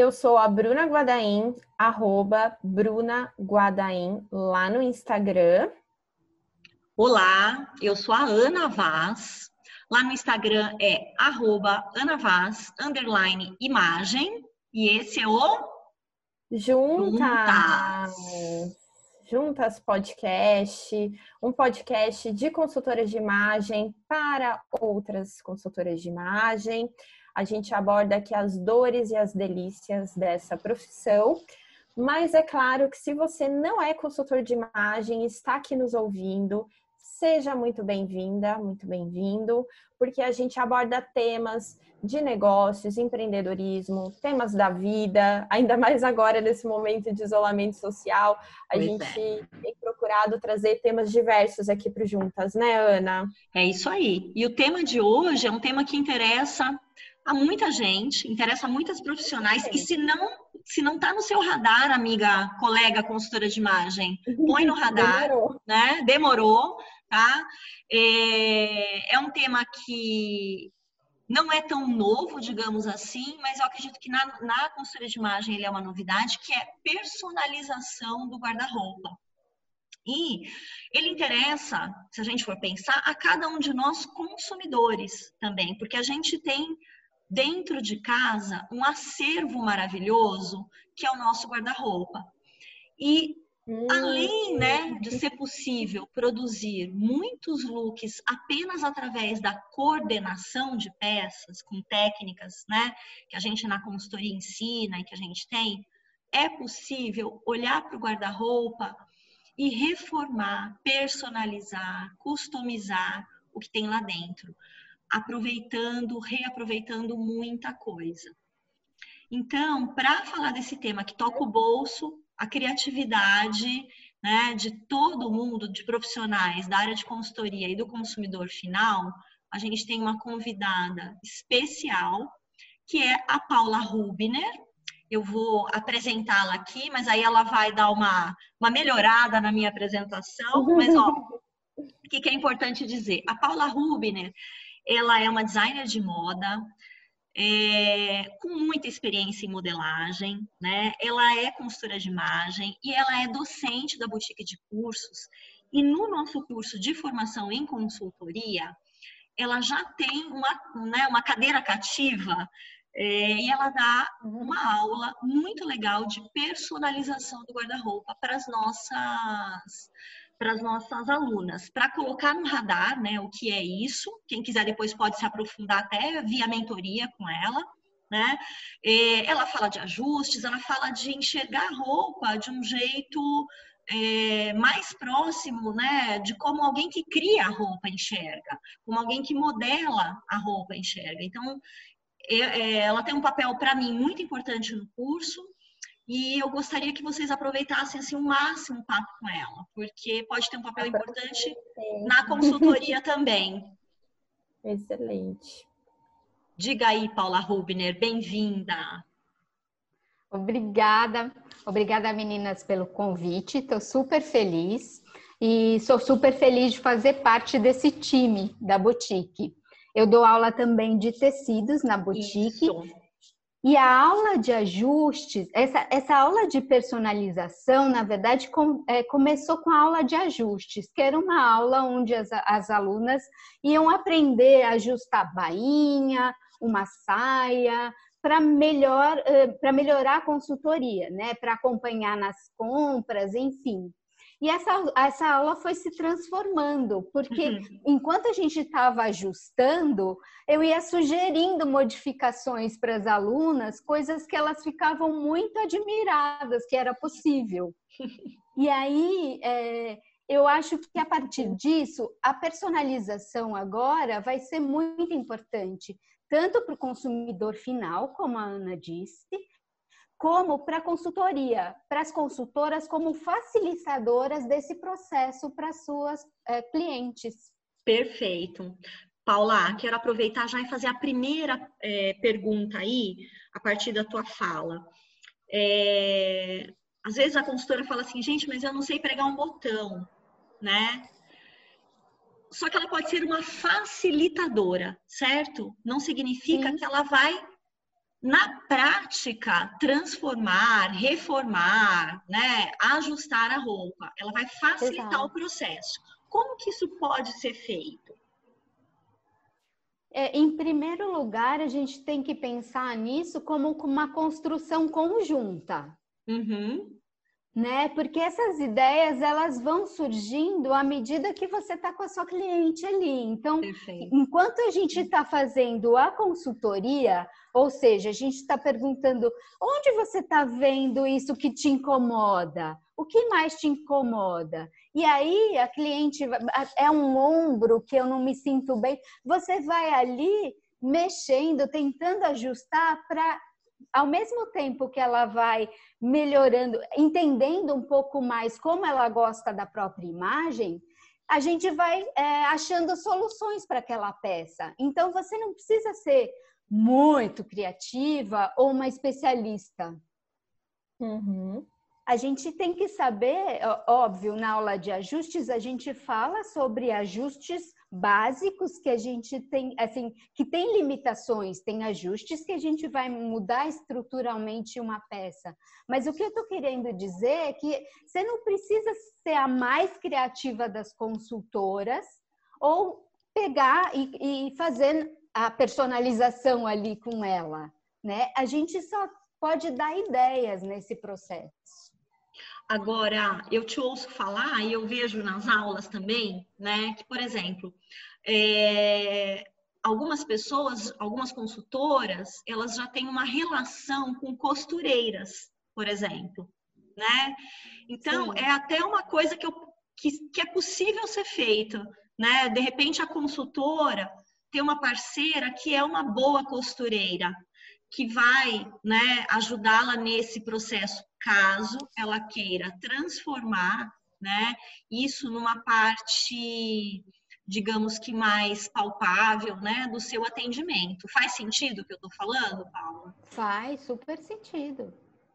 eu sou a Bruna Guadaim, @BrunaGuadaim, lá no Instagram. Olá, eu sou a Ana Vaz. Lá no Instagram é @AnaVaz_imagem. E esse é o Juntas! Juntas. Juntas Podcast, um podcast de consultoras de imagem para outras consultoras de imagem. A gente aborda aqui as dores e as delícias dessa profissão. Mas é claro que se você não é consultor de imagem e está aqui nos ouvindo, seja muito bem-vinda, muito bem-vindo, porque a gente aborda temas de negócios, empreendedorismo, temas da vida, ainda mais agora nesse momento de isolamento social. A gente tem procurado trazer temas diversos aqui para o Juntas, né, Ana? É isso aí. E o tema de hoje é um tema que interessa a muita gente, interessa a muitas profissionais. E se não está no seu radar, amiga, colega, consultora de imagem, põe no radar, Demorou. né? Demorou, tá? É um tema que não é tão novo, digamos assim, mas eu acredito que na consultoria de imagem ele é uma novidade, que é personalização do guarda-roupa. E ele interessa, se a gente for pensar, a cada um de nós consumidores também, porque a gente tem dentro de casa um acervo maravilhoso que é o nosso guarda-roupa. E além, né, de ser possível produzir muitos looks apenas através da coordenação de peças, com técnicas, né, que a gente na consultoria ensina e que a gente tem, é possível olhar para o guarda-roupa e reformar, personalizar, customizar o que tem lá dentro, aproveitando, reaproveitando muita coisa. Então, para falar desse tema que toca o bolso, a criatividade, né, de todo mundo, de profissionais da área de consultoria e do consumidor final, a gente tem uma convidada especial, que é a Paula Rubner. Eu vou apresentá-la aqui, mas aí ela vai dar uma melhorada na minha apresentação. Mas, ó, o que é importante dizer? A Paula Rubner, ela é uma designer de moda, com muita experiência em modelagem, né? Ela é consultora de imagem e ela é docente da boutique de cursos. E no nosso curso de formação em consultoria, ela já tem uma cadeira cativa e ela dá uma aula muito legal de personalização do guarda-roupa para as nossas alunas, para colocar no radar, né, o que é isso. Quem quiser depois pode se aprofundar até via mentoria com ela, né? Ela fala de ajustes, ela fala de enxergar a roupa de um jeito mais próximo, né, de como alguém que cria a roupa enxerga, como alguém que modela a roupa enxerga. Então, ela tem um papel, para mim, muito importante no curso, e eu gostaria que vocês aproveitassem assim, o máximo o papo com ela, porque pode ter um papel importante na consultoria também. Excelente. Diga aí, Paula Rubner, bem-vinda. Obrigada meninas pelo convite, estou super feliz e sou super feliz de fazer parte desse time da boutique. Eu dou aula também de tecidos na boutique. Isso. E a aula de ajustes, essa aula de personalização, na verdade, começou com a aula de ajustes, que era uma aula onde as alunas iam aprender a ajustar bainha, uma saia, para melhorar a consultoria, né? Para acompanhar nas compras, enfim. E essa aula foi se transformando, porque enquanto a gente estava ajustando, eu ia sugerindo modificações para as alunas, coisas que elas ficavam muito admiradas que era possível. E aí, eu acho que a partir disso, a personalização agora vai ser muito importante, tanto para o consumidor final, como a Ana disse, como para a consultoria, para as consultoras como facilitadoras desse processo para suas clientes. Perfeito. Paula, quero aproveitar já e fazer a primeira pergunta aí, a partir da tua fala. Às vezes a consultora fala assim, gente, mas eu não sei pregar um botão, né? Só que ela pode ser uma facilitadora, certo? Não significa que ela vai na prática, transformar, reformar, né, ajustar a roupa, ela vai facilitar o processo. Como que isso pode ser feito? Em primeiro lugar, a gente tem que pensar nisso como uma construção conjunta. Uhum. Né? Porque essas ideias, elas vão surgindo à medida que você está com a sua cliente ali. Então, Perfeito. enquanto a gente está fazendo a consultoria, ou seja, a gente está perguntando onde você está vendo isso que te incomoda? O que mais te incomoda? E aí a cliente é um ombro que eu não me sinto bem. Você vai ali mexendo, tentando ajustar para, ao mesmo tempo que ela vai melhorando, entendendo um pouco mais como ela gosta da própria imagem, a gente vai achando soluções para aquela peça. Então, você não precisa ser muito criativa ou uma especialista. Uhum. A gente tem que saber, óbvio, na aula de ajustes, a gente fala sobre ajustes básicos que a gente tem, assim, que tem limitações, tem ajustes que a gente vai mudar estruturalmente uma peça. Mas o que eu estou querendo dizer é que você não precisa ser a mais criativa das consultoras ou pegar e fazer a personalização ali com ela, né? A gente só pode dar ideias nesse processo. Agora, eu te ouço falar e eu vejo nas aulas também, né, que, por exemplo, algumas pessoas, algumas consultoras, elas já têm uma relação com costureiras, por exemplo, né? Então, Sim. é até uma coisa que é possível ser feita, né? De repente, a consultora tem uma parceira que é uma boa costureira, que vai, né, ajudá-la nesse processo, caso ela queira transformar, né, isso numa parte, digamos que mais palpável, né, do seu atendimento. Faz sentido o que eu estou falando, Paula? Faz super sentido.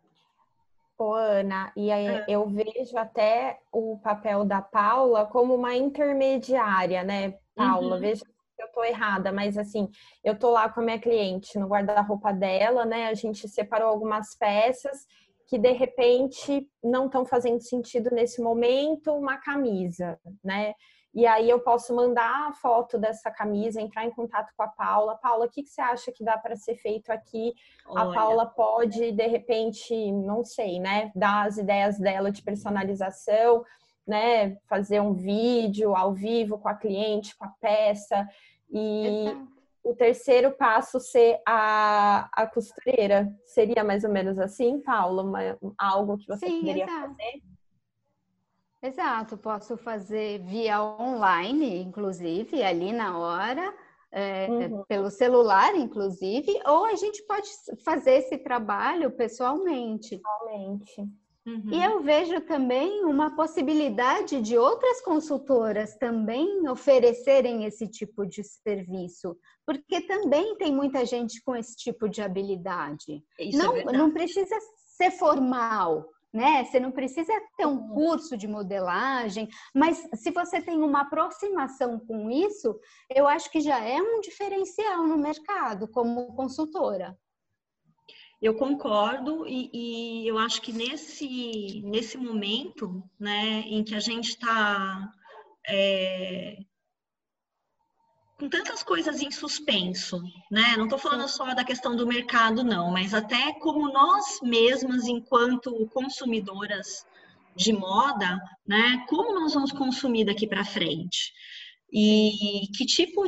Ô, Ana, e aí eu vejo até o papel da Paula como uma intermediária, né, Paula? Uhum. Veja se eu estou errada, mas assim, eu estou lá com a minha cliente no guarda-roupa dela, né? A gente separou algumas peças que de repente não estão fazendo sentido nesse momento, uma camisa, né? E aí eu posso mandar a foto dessa camisa, entrar em contato com a Paula. Paula, o que você acha que dá para ser feito aqui? A Olha, Paula pode, de repente, não sei, né, dar as ideias dela de personalização, né, fazer um vídeo ao vivo com a cliente, com a peça. E Exato. o terceiro passo ser a costureira. Seria mais ou menos assim, Paula? Algo que você Sim, poderia exato. fazer? Exato, posso fazer via online, inclusive, ali na hora, Uhum, pelo celular, inclusive, ou a gente pode fazer esse trabalho pessoalmente. realmente. E uhum. eu vejo também uma possibilidade de outras consultoras também oferecerem esse tipo de serviço, porque também tem muita gente com esse tipo de habilidade. Isso é Não verdade. precisa ser formal, né? Você não precisa ter um Uhum. curso de modelagem, mas se você tem uma aproximação com isso, eu acho que já é um diferencial no mercado como consultora. Eu concordo e eu acho que nesse momento, né, em que a gente está com tantas coisas em suspenso, né? Não estou falando só da questão do mercado, não, mas até como nós mesmas, enquanto consumidoras de moda, né? Como nós vamos consumir daqui para frente? E que tipo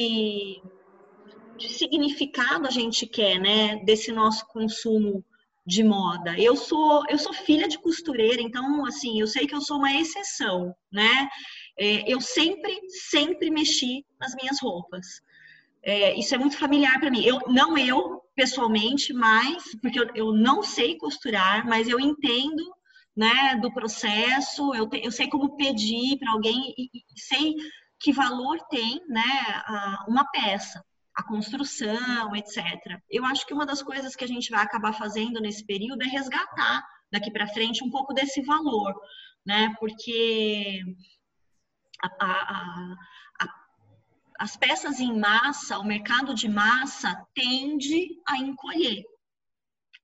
de significado a gente quer, né, desse nosso consumo de moda. Eu sou filha de costureira, então assim, eu sei que eu sou uma exceção, né? Eu sempre mexi nas minhas roupas. Isso é muito familiar para mim. Eu pessoalmente, mas porque eu não sei costurar, mas eu entendo, né, do processo. Eu sei como pedir para alguém e sei que valor tem, né, uma peça, a construção, etc. Eu acho que uma das coisas que a gente vai acabar fazendo nesse período é resgatar daqui para frente um pouco desse valor, né? Porque a, as peças em massa, o mercado de massa tende a encolher,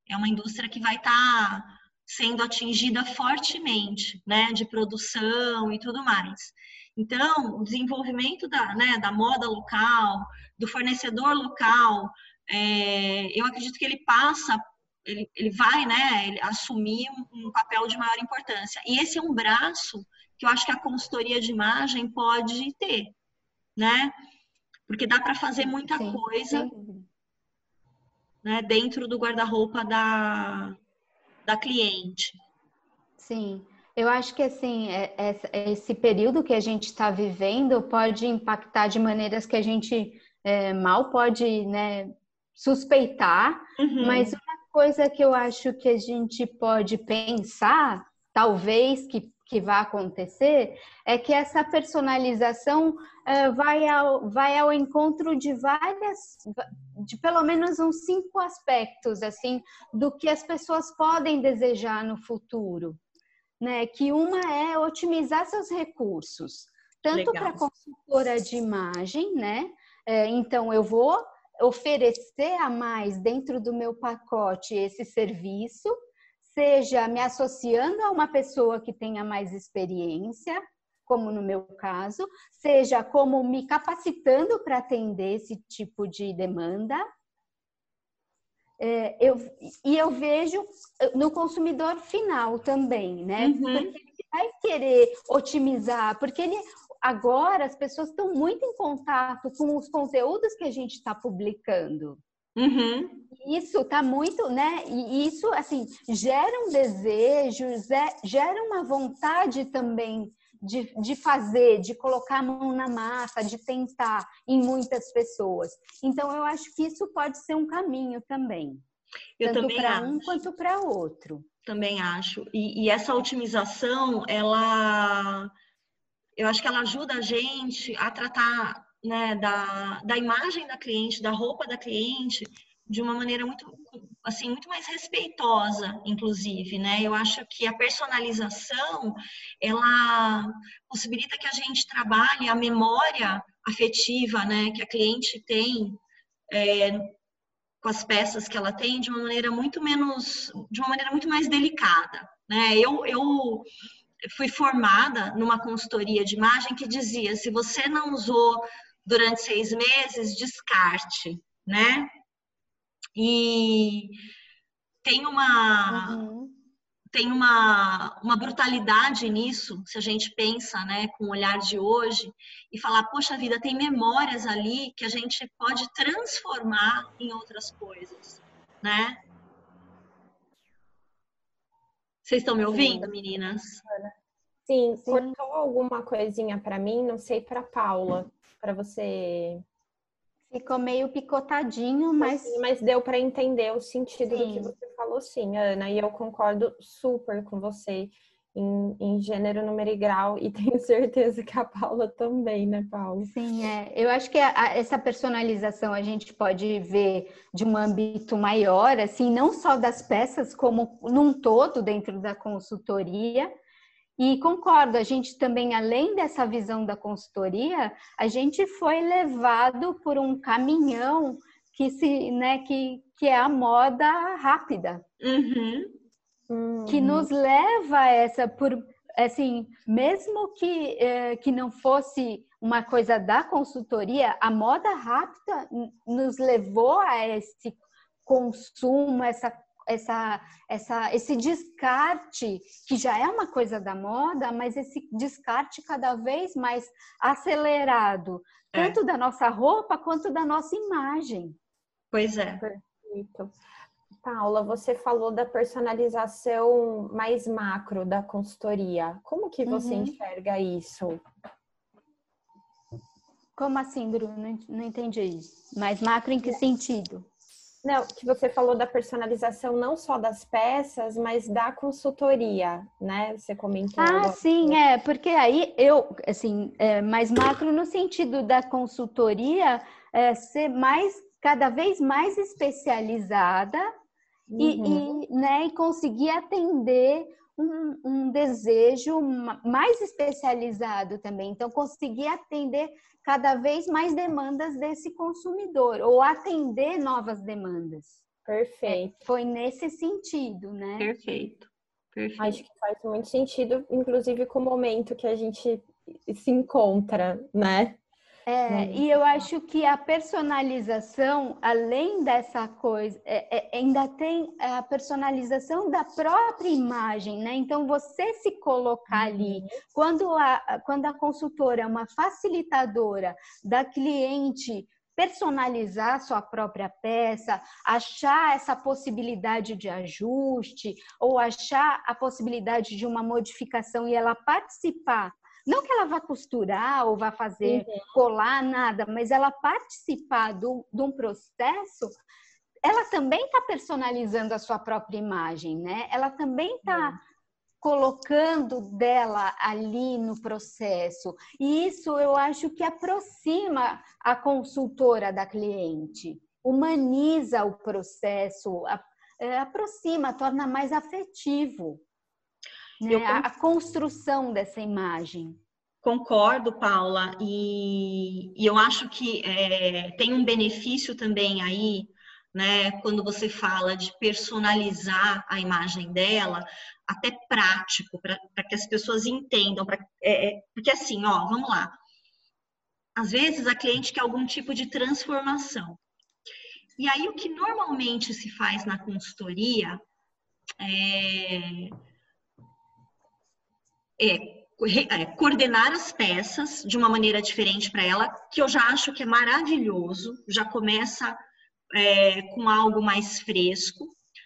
é uma indústria que vai estar sendo atingida fortemente, né, de produção e tudo mais. Então, o desenvolvimento da moda local, do fornecedor local, eu acredito que ele vai, né, assumir um papel de maior importância. E esse é um braço que eu acho que a consultoria de imagem pode ter, né? Porque dá para fazer muita coisa, né, dentro do guarda-roupa da cliente. Sim, eu acho que assim, esse período que a gente está vivendo pode impactar de maneiras que a gente mal pode, né, suspeitar, mas uma coisa que eu acho que a gente pode pensar, talvez que vá acontecer, é que essa personalização vai ao encontro de pelo menos uns 5 aspectos, assim, do que as pessoas podem desejar no futuro, né? Que uma é otimizar seus recursos, tanto para consultora de imagem, né? Então, eu vou oferecer a mais dentro do meu pacote esse serviço, seja me associando a uma pessoa que tenha mais experiência, como no meu caso, seja como me capacitando para atender esse tipo de demanda. Eu vejo no consumidor final também, né? Porque ele vai querer otimizar, porque agora as pessoas estão muito em contato com os conteúdos que a gente está publicando. Isso está muito, né? E isso, assim, gera um desejo, gera uma vontade também de fazer, de colocar a mão na massa, de tentar em muitas pessoas. Então, eu acho que isso pode ser um caminho também. Tanto para um quanto para outro. Também acho. E essa otimização, eu acho que ela ajuda a gente a tratar, né, da imagem da cliente, da roupa da cliente, de uma maneira muito mais respeitosa, inclusive, né? Eu acho que a personalização, ela possibilita que a gente trabalhe a memória afetiva, né, que a cliente tem com as peças que ela tem de uma maneira muito mais delicada, né? Eu fui formada numa consultoria de imagem que dizia: se você não usou durante 6 meses, descarte, né? E tem uma brutalidade nisso, se a gente pensa, né, com o olhar de hoje, e falar, poxa vida, tem memórias ali que a gente pode transformar em outras coisas, né? Vocês estão me ouvindo, meninas? Sim, cortou alguma coisinha para mim, não sei para Paula, para você. Ficou meio picotadinho, mas deu para entender o sentido do que você falou, sim, Ana, e eu concordo super com você em gênero, número e grau, e tenho certeza que a Paula também, né, Paula? Sim, eu acho que essa personalização a gente pode ver de um âmbito maior, assim, não só das peças, como num todo dentro da consultoria. E concordo, a gente também, além dessa visão da consultoria, a gente foi levado por um caminhão que é a moda rápida. Que nos leva a mesmo que não fosse uma coisa da consultoria, a moda rápida nos levou a esse consumo, esse descarte, que já é uma coisa da moda, mas esse descarte cada vez mais acelerado, tanto da nossa roupa quanto da nossa imagem. Pois é. Perfeito. Paula, você falou da personalização mais macro da consultoria. Como que você enxerga isso? Como assim, Bruno? Não entendi isso. Mais macro em que sentido? Não, que você falou da personalização não só das peças, mas da consultoria, né? Você comentou. Ah, sim, porque aí mais macro no sentido da consultoria ser cada vez mais especializada e conseguir atender um desejo mais especializado também. Então, conseguir atender cada vez mais demandas desse consumidor ou atender novas demandas. Perfeito. Foi nesse sentido, né? Perfeito. Acho que faz muito sentido, inclusive com o momento que a gente se encontra, né? E eu acho que a personalização, além dessa coisa, ainda tem a personalização da própria imagem, né? Então, você se colocar ali, quando a consultora é uma facilitadora da cliente personalizar sua própria peça, achar essa possibilidade de ajuste, ou achar a possibilidade de uma modificação e ela participar. Não que ela vá costurar ou vá fazer colar nada, mas ela participar de um processo, ela também está personalizando a sua própria imagem, né? Ela também está colocando dela ali no processo. E isso eu acho que aproxima a consultora da cliente, humaniza o processo, aproxima, torna mais afetivo. Né? A construção dessa imagem. Concordo, Paula, e eu acho que tem um benefício também aí, né, quando você fala de personalizar a imagem dela, até prático, para que as pessoas entendam, porque assim, ó, vamos lá, às vezes a cliente quer algum tipo de transformação, e aí o que normalmente se faz na consultoria coordenar as peças de uma maneira diferente para ela, que eu já acho que é maravilhoso, já começa com algo mais fresco.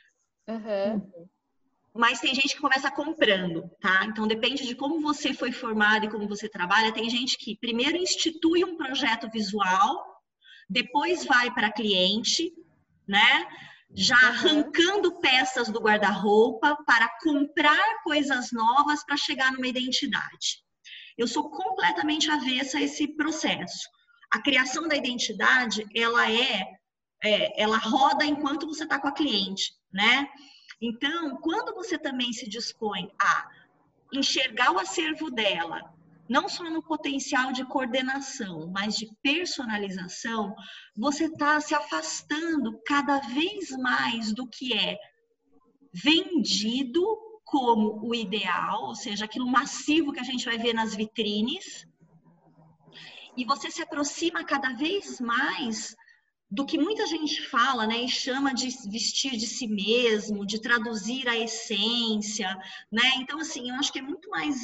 Mas tem gente que começa comprando, tá? Então depende de como você foi formado e como você trabalha. Tem gente que primeiro institui um projeto visual, depois vai para cliente, né? Já arrancando peças do guarda-roupa para comprar coisas novas para chegar numa identidade. Eu sou completamente avessa a esse processo. A criação da identidade, ela roda enquanto você está com a cliente, né? Então, quando você também se dispõe a enxergar o acervo dela, não só no potencial de coordenação, mas de personalização, você está se afastando cada vez mais do que é vendido como o ideal, ou seja, aquilo massivo que a gente vai ver nas vitrines, e você se aproxima cada vez mais do que muita gente fala, né, e chama de vestir de si mesmo, de traduzir a essência, né? Então, assim, eu acho que é muito mais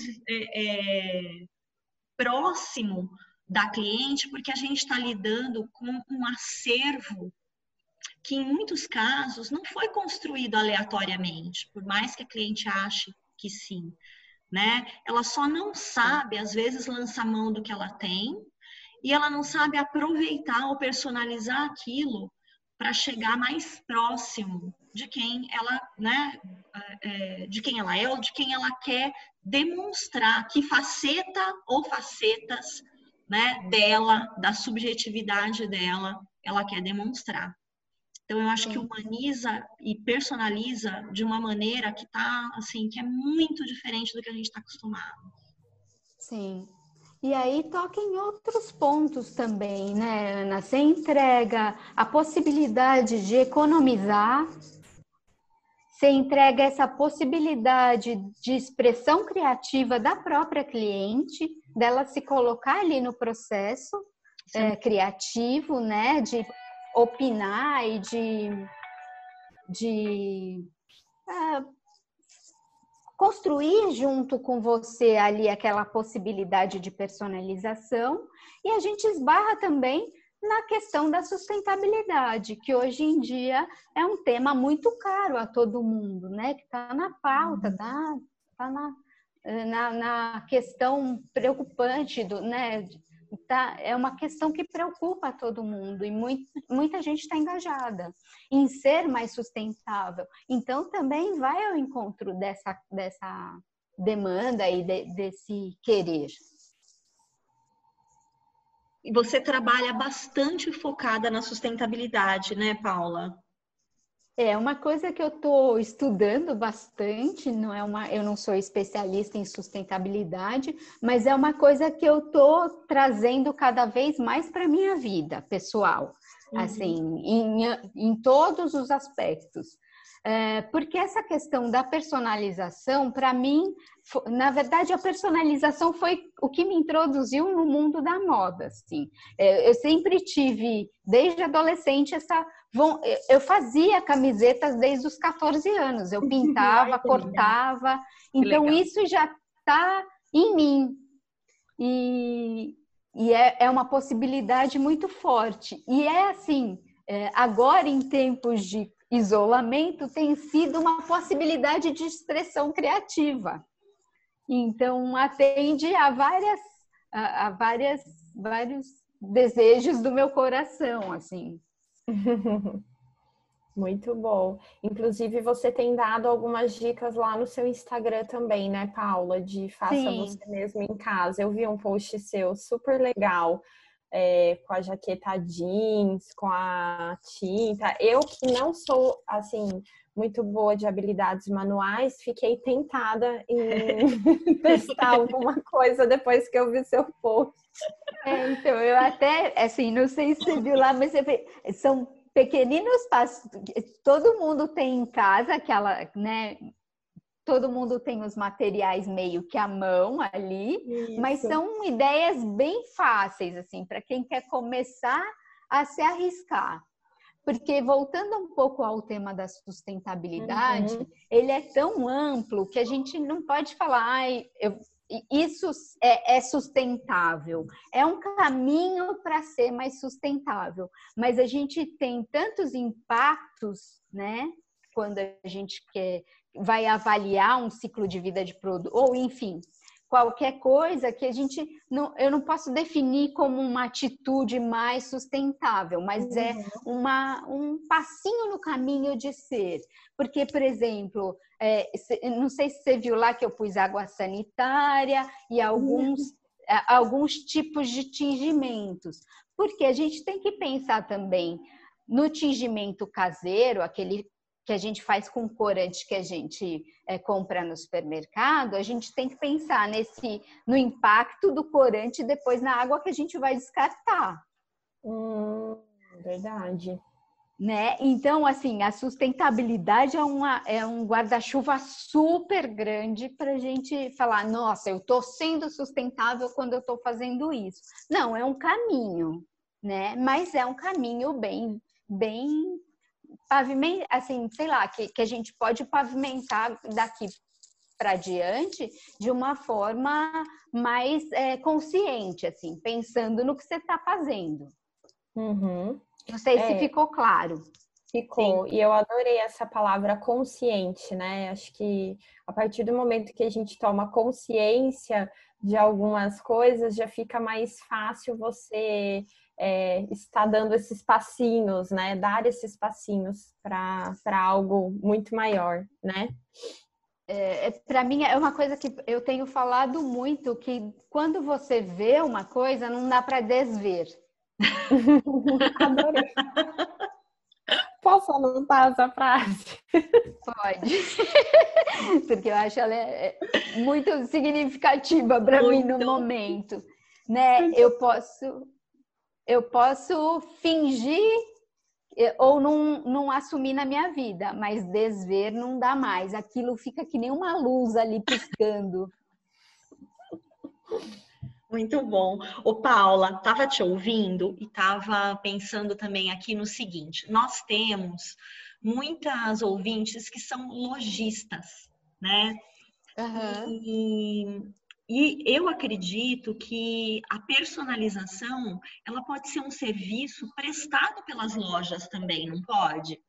próximo da cliente, porque a gente está lidando com um acervo que, em muitos casos, não foi construído aleatoriamente, por mais que a cliente ache que sim, né? Ela só não sabe, às vezes, lançar mão do que ela tem, e ela não sabe aproveitar ou personalizar aquilo para chegar mais próximo de quem ela, né, de quem ela é ou de quem ela quer demonstrar, que faceta ou facetas, né, dela, da subjetividade dela, ela quer demonstrar. Então eu acho que humaniza e personaliza de uma maneira que tá assim, que é muito diferente do que a gente está acostumado. Sim. E aí toca em outros pontos também, né, Ana? Você entrega a possibilidade de economizar, você entrega essa possibilidade de expressão criativa da própria cliente, dela se colocar ali no processo criativo, né, de opinar e de construir junto com você ali aquela possibilidade de personalização, e a gente esbarra também na questão da sustentabilidade, que hoje em dia é um tema muito caro a todo mundo, né? Que está na pauta, tá na questão preocupante, né? É uma questão que preocupa a todo mundo e muita gente está engajada em ser mais sustentável. Então, também vai ao encontro dessa demanda e desse querer. E você trabalha bastante focada na sustentabilidade, né, Paula? É uma coisa que eu estou estudando bastante, eu não sou especialista em sustentabilidade, mas é uma coisa que eu estou trazendo cada vez mais para a minha vida pessoal. assim, em todos os aspectos. Porque essa questão da personalização, para mim, na verdade, a personalização foi o que me introduziu no mundo da moda, assim. Eu sempre tive, desde adolescente, eu fazia camisetas desde os 14 anos, eu pintava, cortava, então isso já está em mim. E é uma possibilidade muito forte. E é assim, agora em tempos de isolamento, tem sido uma possibilidade de expressão criativa. Então, atende a vários desejos do meu coração, assim. Muito bom. Inclusive, você tem dado algumas dicas lá no seu Instagram também, né, Paula? De faça você mesmo em casa. Eu vi um post seu super legal, com a jaqueta jeans, com a tinta. Eu que não sou, assim, muito boa de habilidades manuais, fiquei tentada em testar alguma coisa depois que eu vi seu post. Então, eu até, assim, não sei se você viu lá, mas são pequeninos passos. Todo mundo tem em casa aquela, né? Todo mundo tem os materiais meio que à mão ali, isso. Mas são ideias bem fáceis, assim, para quem quer começar a se arriscar. Porque, voltando um pouco ao tema da sustentabilidade, ele é tão amplo que a gente não pode falar, isso é sustentável. É um caminho para ser mais sustentável. Mas a gente tem tantos impactos, né? Quando a gente vai avaliar um ciclo de vida de produto, ou enfim, qualquer coisa que eu não posso definir como uma atitude mais sustentável, mas é um passinho no caminho de ser. Porque, por exemplo, não sei se você viu lá que eu pus água sanitária e alguns tipos de tingimentos, porque a gente tem que pensar também no tingimento caseiro, aquele que a gente faz com corante que a gente compra no supermercado, a gente tem que pensar no impacto do corante depois na água que a gente vai descartar. Verdade. Né? Então, assim, a sustentabilidade é um guarda-chuva super grande para a gente falar, nossa, eu estou sendo sustentável quando eu estou fazendo isso. Não, é um caminho, né? Mas é um caminho bem pavimento, assim, sei lá, que a gente pode pavimentar daqui para diante de uma forma mais consciente, assim, pensando no que você está fazendo. Não sei se ficou claro. Ficou. Sim. E eu adorei essa palavra consciente, né? Acho que a partir do momento que a gente toma consciência de algumas coisas, já fica mais fácil você estar dando esses passinhos, né? Dar esses passinhos para algo muito maior, né? Para mim é uma coisa que eu tenho falado muito, que quando você vê uma coisa, não dá para desver. Adorei. Posso anotar essa frase? Pode. Porque eu acho ela muito significativa para mim no momento. Né? Eu posso fingir ou não assumir na minha vida, mas desver não dá mais. Aquilo fica que nem uma luz ali piscando. Muito bom. Ô, Paula, estava te ouvindo e estava pensando também aqui no seguinte: nós temos muitas ouvintes que são lojistas, né? E eu acredito que a personalização, ela pode ser um serviço prestado pelas lojas também, não pode?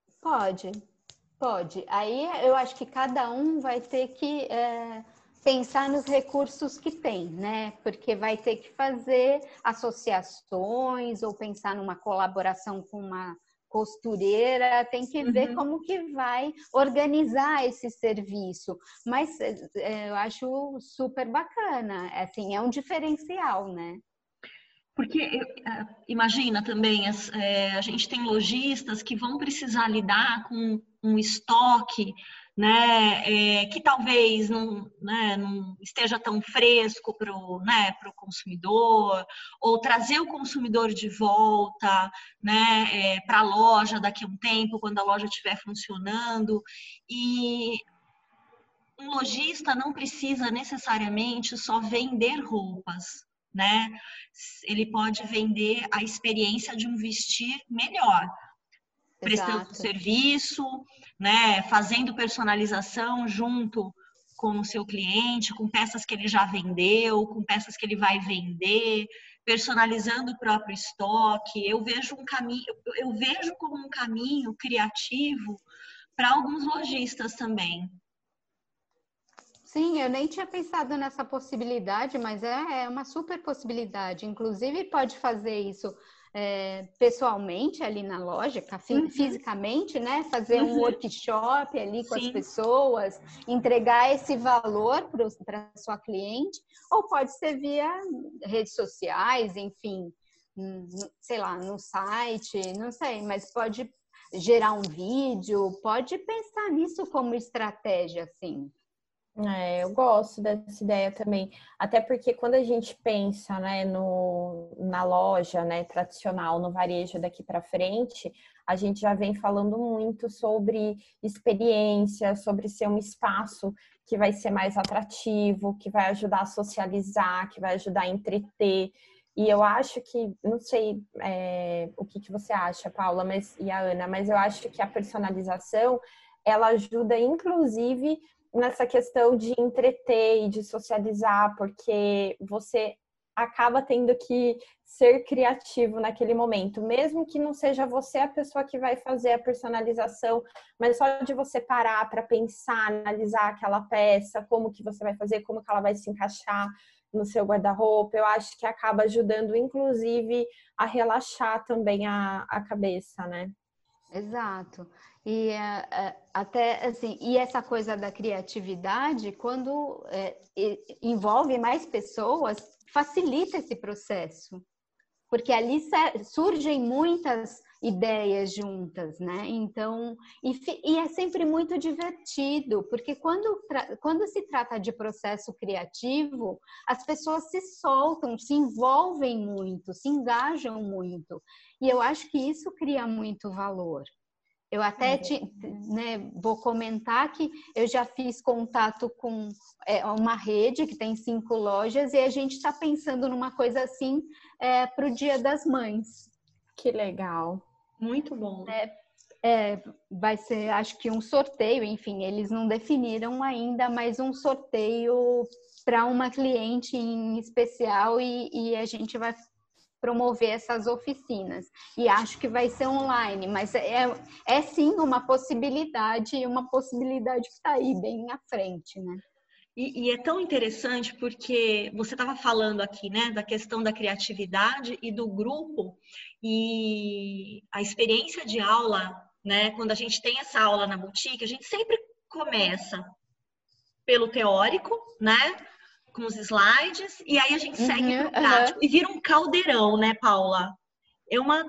Pode. Aí eu acho que cada um vai ter que pensar nos recursos que tem, né? Porque vai ter que fazer associações ou pensar numa colaboração com uma costureira, tem que ver como que vai organizar esse serviço. Mas eu acho super bacana, assim, é um diferencial, né? Porque imagina também, a gente tem lojistas que vão precisar lidar com um estoque, né, que talvez não esteja tão fresco para o consumidor, ou trazer o consumidor de volta, né, para a loja daqui a um tempo, quando a loja estiver funcionando. E um lojista não precisa necessariamente só vender roupas, né? Ele pode vender a experiência de um vestir melhor, prestando serviço, né? Fazendo personalização junto com o seu cliente, com peças que ele já vendeu, com peças que ele vai vender, personalizando o próprio estoque. Eu vejo como um caminho criativo para alguns lojistas também. Sim, eu nem tinha pensado nessa possibilidade, mas é uma super possibilidade. Inclusive, pode fazer isso pessoalmente ali na loja, fisicamente, né? Fazer um workshop ali com as pessoas, entregar esse valor para sua cliente, ou pode ser via redes sociais, enfim, sei lá, no site, não sei, mas pode gerar um vídeo, pode pensar nisso como estratégia, assim. Eu gosto dessa ideia também, até porque quando a gente pensa, né, na loja, né, tradicional, no varejo daqui para frente, a gente já vem falando muito sobre experiência, sobre ser um espaço que vai ser mais atrativo, que vai ajudar a socializar, que vai ajudar a entreter. E eu acho que, não sei o que você acha, Paula, e a Ana, mas eu acho que a personalização, ela ajuda, inclusive, nessa questão de entreter e de socializar, porque você acaba tendo que ser criativo naquele momento, mesmo que não seja você a pessoa que vai fazer a personalização, mas só de você parar para pensar, analisar aquela peça, como que você vai fazer, como que ela vai se encaixar no seu guarda-roupa, eu acho que acaba ajudando, inclusive, a relaxar também a cabeça, né? Exato. E até assim, e essa coisa da criatividade, quando envolve mais pessoas, facilita esse processo, porque ali surgem muitas ideias juntas, né? Então, e é sempre muito divertido, porque quando se trata de processo criativo, as pessoas se soltam, se envolvem muito, se engajam muito, e eu acho que isso cria muito valor. Eu até vou comentar que eu já fiz contato com uma rede que tem 5 lojas e a gente está pensando numa coisa assim para o Dia das Mães. Que legal. Muito bom. Vai ser, acho que um sorteio, enfim, eles não definiram ainda, mas um sorteio para uma cliente em especial e a gente vai promover essas oficinas. E acho que vai ser online, mas é sim uma possibilidade, e uma possibilidade que está aí bem à frente, né? E é tão interessante porque você estava falando aqui, né, da questão da criatividade e do grupo, e a experiência de aula, né, quando a gente tem essa aula na boutique, a gente sempre começa pelo teórico, né, com os slides, e aí a gente segue para o prático, e vira um caldeirão, né, Paula? É uma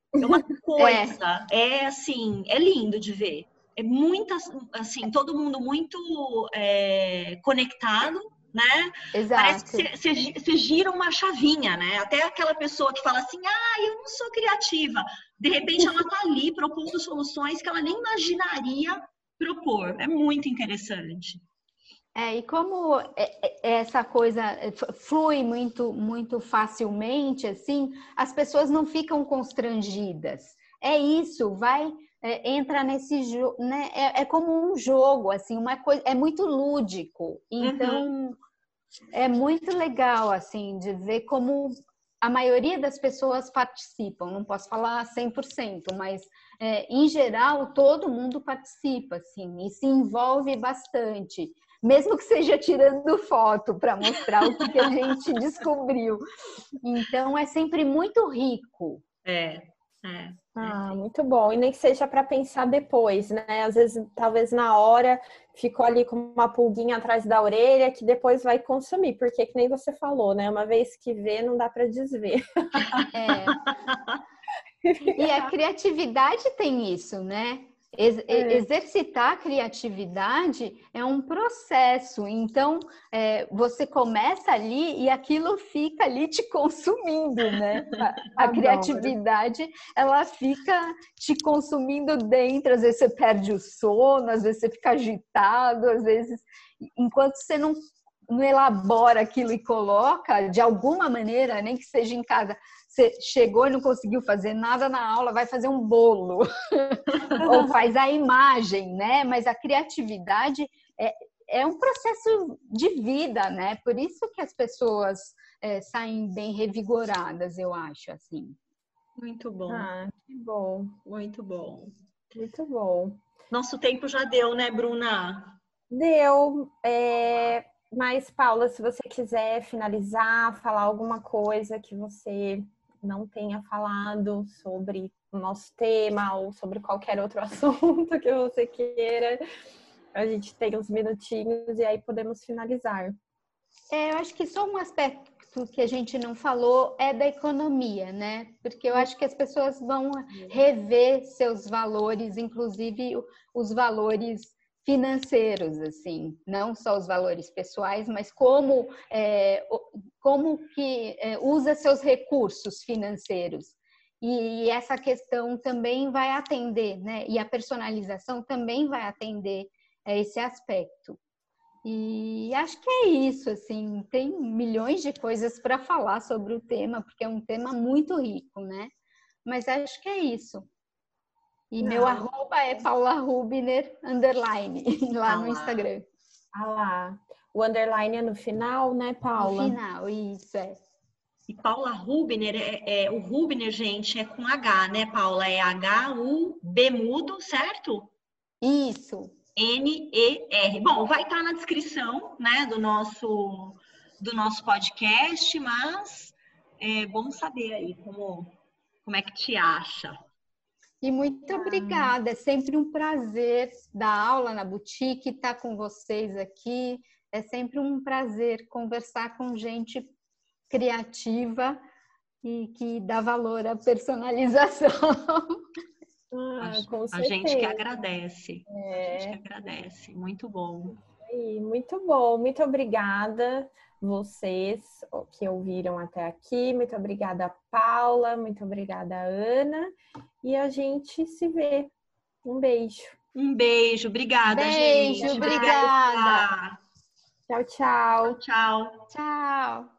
coisa, assim, é lindo de ver. É muito, assim, todo mundo muito conectado, né? Exato. Parece que você gira uma chavinha, né? Até aquela pessoa que fala assim, eu não sou criativa. De repente ela tá ali propondo soluções que ela nem imaginaria propor. É muito interessante. E como essa coisa flui muito, muito facilmente, assim, as pessoas não ficam constrangidas. É isso, entra nesse jogo, né? É como um jogo, assim, uma coisa, é muito lúdico. Então, é muito legal, assim, de ver como a maioria das pessoas participam. Não posso falar 100%, mas em geral todo mundo participa, assim, e se envolve bastante. Mesmo que seja tirando foto para mostrar o que a gente descobriu. Então, é sempre muito rico. Muito bom. E nem que seja para pensar depois, né? Às vezes, talvez na hora, ficou ali com uma pulguinha atrás da orelha que depois vai consumir. Porque, que nem você falou, né? Uma vez que vê, não dá para desver. E a criatividade tem isso, né? Exercitar a criatividade é um processo, então você começa ali e aquilo fica ali te consumindo, né? A criatividade, ela fica te consumindo dentro, às vezes você perde o sono, às vezes você fica agitado, às vezes, enquanto você não elabora aquilo e coloca, de alguma maneira, nem que seja em casa, você chegou e não conseguiu fazer nada na aula, vai fazer um bolo, ou faz a imagem, né? Mas a criatividade é um processo de vida, né? Por isso que as pessoas saem bem revigoradas, eu acho, assim. Muito bom. Que bom. Muito bom. Muito bom. Nosso tempo já deu, né, Bruna? Deu. Mas, Paula, se você quiser finalizar, falar alguma coisa que você não tenha falado sobre o nosso tema ou sobre qualquer outro assunto que você queira, a gente tem uns minutinhos e aí podemos finalizar. Eu acho que só um aspecto que a gente não falou é da economia, né? Porque eu acho que as pessoas vão rever seus valores, inclusive os valores financeiros, assim, não só os valores pessoais, mas como que usa seus recursos financeiros. E essa questão também vai atender, né? E a personalização também vai atender a esse aspecto. E acho que é isso, assim, tem milhões de coisas para falar sobre o tema, porque é um tema muito rico, né? Mas acho que é isso. E meu arroba é paulaRubner_, lá no Instagram. Lá. O underline é no final, né, Paula? No final, isso é. E Paula Rubner, o Rubner, gente, é com H, né, Paula? É H-U-B mudo, certo? Isso. N-E-R. Bom, vai estar na descrição, né, do nosso podcast, mas é bom saber aí como é que te acha. E muito obrigada, é sempre um prazer dar aula na Boutique, estar com vocês aqui, é sempre um prazer conversar com gente criativa e que dá valor à personalização. A gente que agradece. A gente que agradece. Muito bom. Muito bom. Muito obrigada vocês que ouviram até aqui. Muito obrigada, Paula. Muito obrigada, Ana. E a gente se vê. Um beijo. Um beijo. Obrigada, gente. Beijo, obrigada. Tchau, tchau. Tchau. Tchau.